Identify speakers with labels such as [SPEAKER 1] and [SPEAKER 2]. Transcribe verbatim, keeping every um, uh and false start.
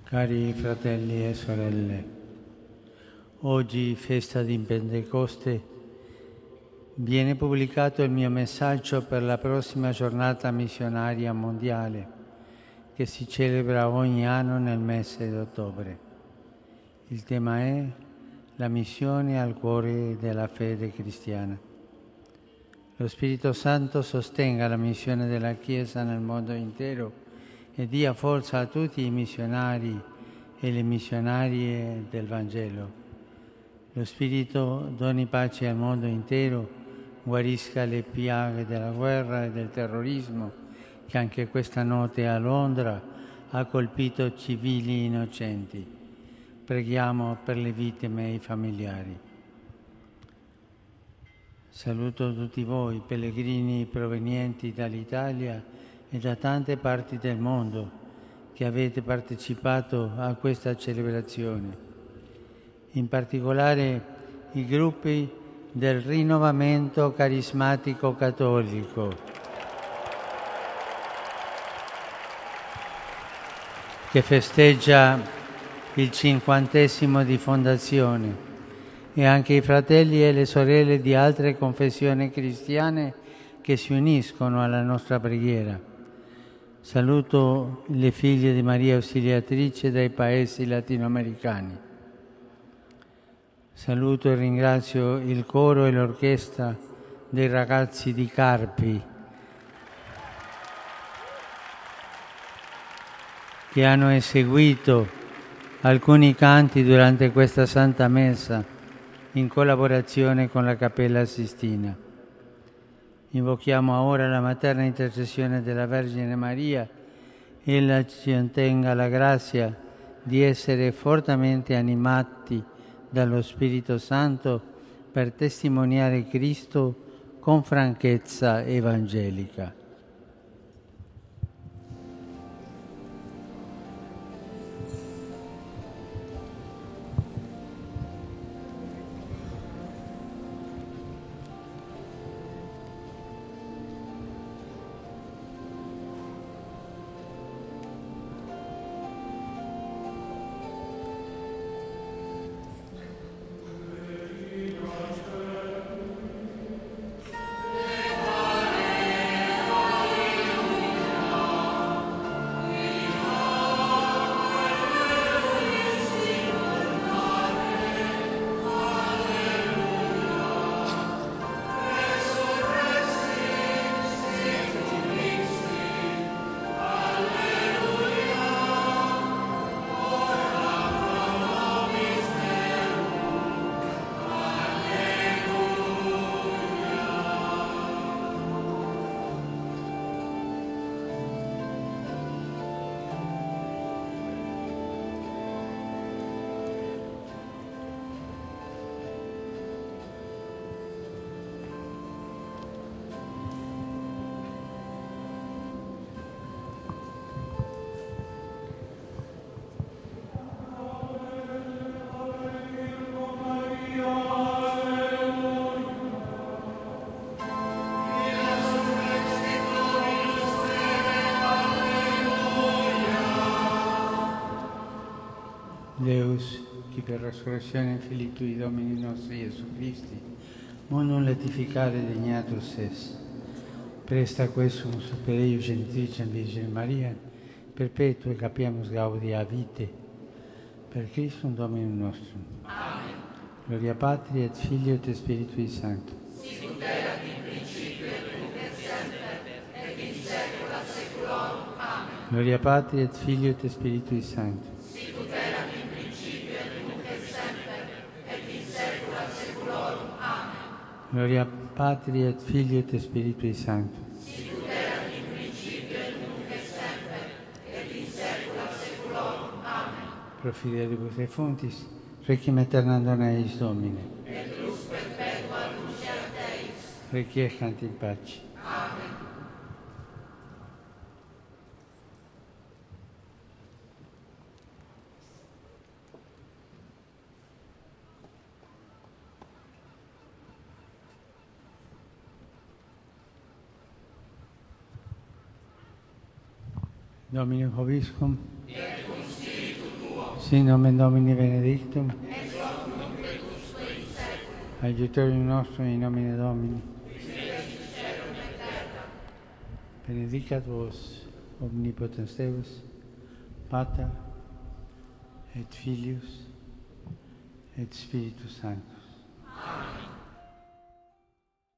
[SPEAKER 1] Cari fratelli e sorelle, oggi, festa di Pentecoste, viene pubblicato il mio messaggio per la prossima giornata missionaria mondiale che si celebra ogni anno nel mese di ottobre. Il tema è la missione al cuore della fede cristiana. Lo Spirito Santo sostenga la missione della Chiesa nel mondo intero e dia forza a tutti i missionari e le missionarie del Vangelo. Lo Spirito doni pace al mondo intero, guarisca le piaghe della guerra e del terrorismo che anche questa notte a Londra ha colpito civili innocenti. Preghiamo per le vittime e i familiari. Saluto tutti voi, pellegrini provenienti dall'Italia e da tante parti del mondo che avete partecipato a questa celebrazione. In particolare i gruppi del Rinnovamento Carismatico Cattolico, che festeggia il cinquantesimo di fondazione, e anche i fratelli e le sorelle di altre confessioni cristiane che si uniscono alla nostra preghiera. Saluto le figlie di Maria Ausiliatrice dai paesi latinoamericani. Saluto e ringrazio il coro e l'orchestra dei ragazzi di Carpi che hanno eseguito alcuni canti durante questa Santa Messa in collaborazione con la Cappella Sistina. Invochiamo ora la materna intercessione della Vergine Maria. Ella ci ottenga la grazia di essere fortemente animati dallo Spirito Santo per testimoniare Cristo con franchezza evangelica. Deus, qui per resurrezione Filii Tui Domini nostri Gesù Christi, mondum letificare degnatus es. Presta quesum super eius gentitricem Virgine Maria, perpetue capiamus gaudia vitae, per Christum Dominum nostrum.
[SPEAKER 2] Amen.
[SPEAKER 1] Gloria Patri et Filii et Spiritui Sancto.
[SPEAKER 2] Sicut erat in principio et nunc et semper, et in saecula saeculorum. Amen.
[SPEAKER 1] Gloria Patri et Filii et Spiritui Sancto.
[SPEAKER 2] Sicut erat in principio et nunc et semper, et in saecula saeculorum. Amen.
[SPEAKER 1] Gloria Patri et Filii et Spiritui Sancto.
[SPEAKER 2] Sicut erat in principio et nunc et semper, et in saecula saeculorum. Amen.
[SPEAKER 1] Pro fidelibus et fontis, requiem aeternam dona eis Domine.
[SPEAKER 2] Et lux perpetua luceat eis.
[SPEAKER 1] Requiescant in pace.
[SPEAKER 2] Amen.
[SPEAKER 1] Domine Vobiscum.
[SPEAKER 2] Et cum spiritu
[SPEAKER 1] Sin nomen Domini benedictum.
[SPEAKER 2] ex hoc nunc et usque in seculum.
[SPEAKER 1] Aiutorium nostrum in nomine Domini.
[SPEAKER 2] Misericors caelum et terra.
[SPEAKER 1] Benedicat vos, omnipotens Deus, Pater et Filius et Spiritus Sanctus.
[SPEAKER 2] Amen.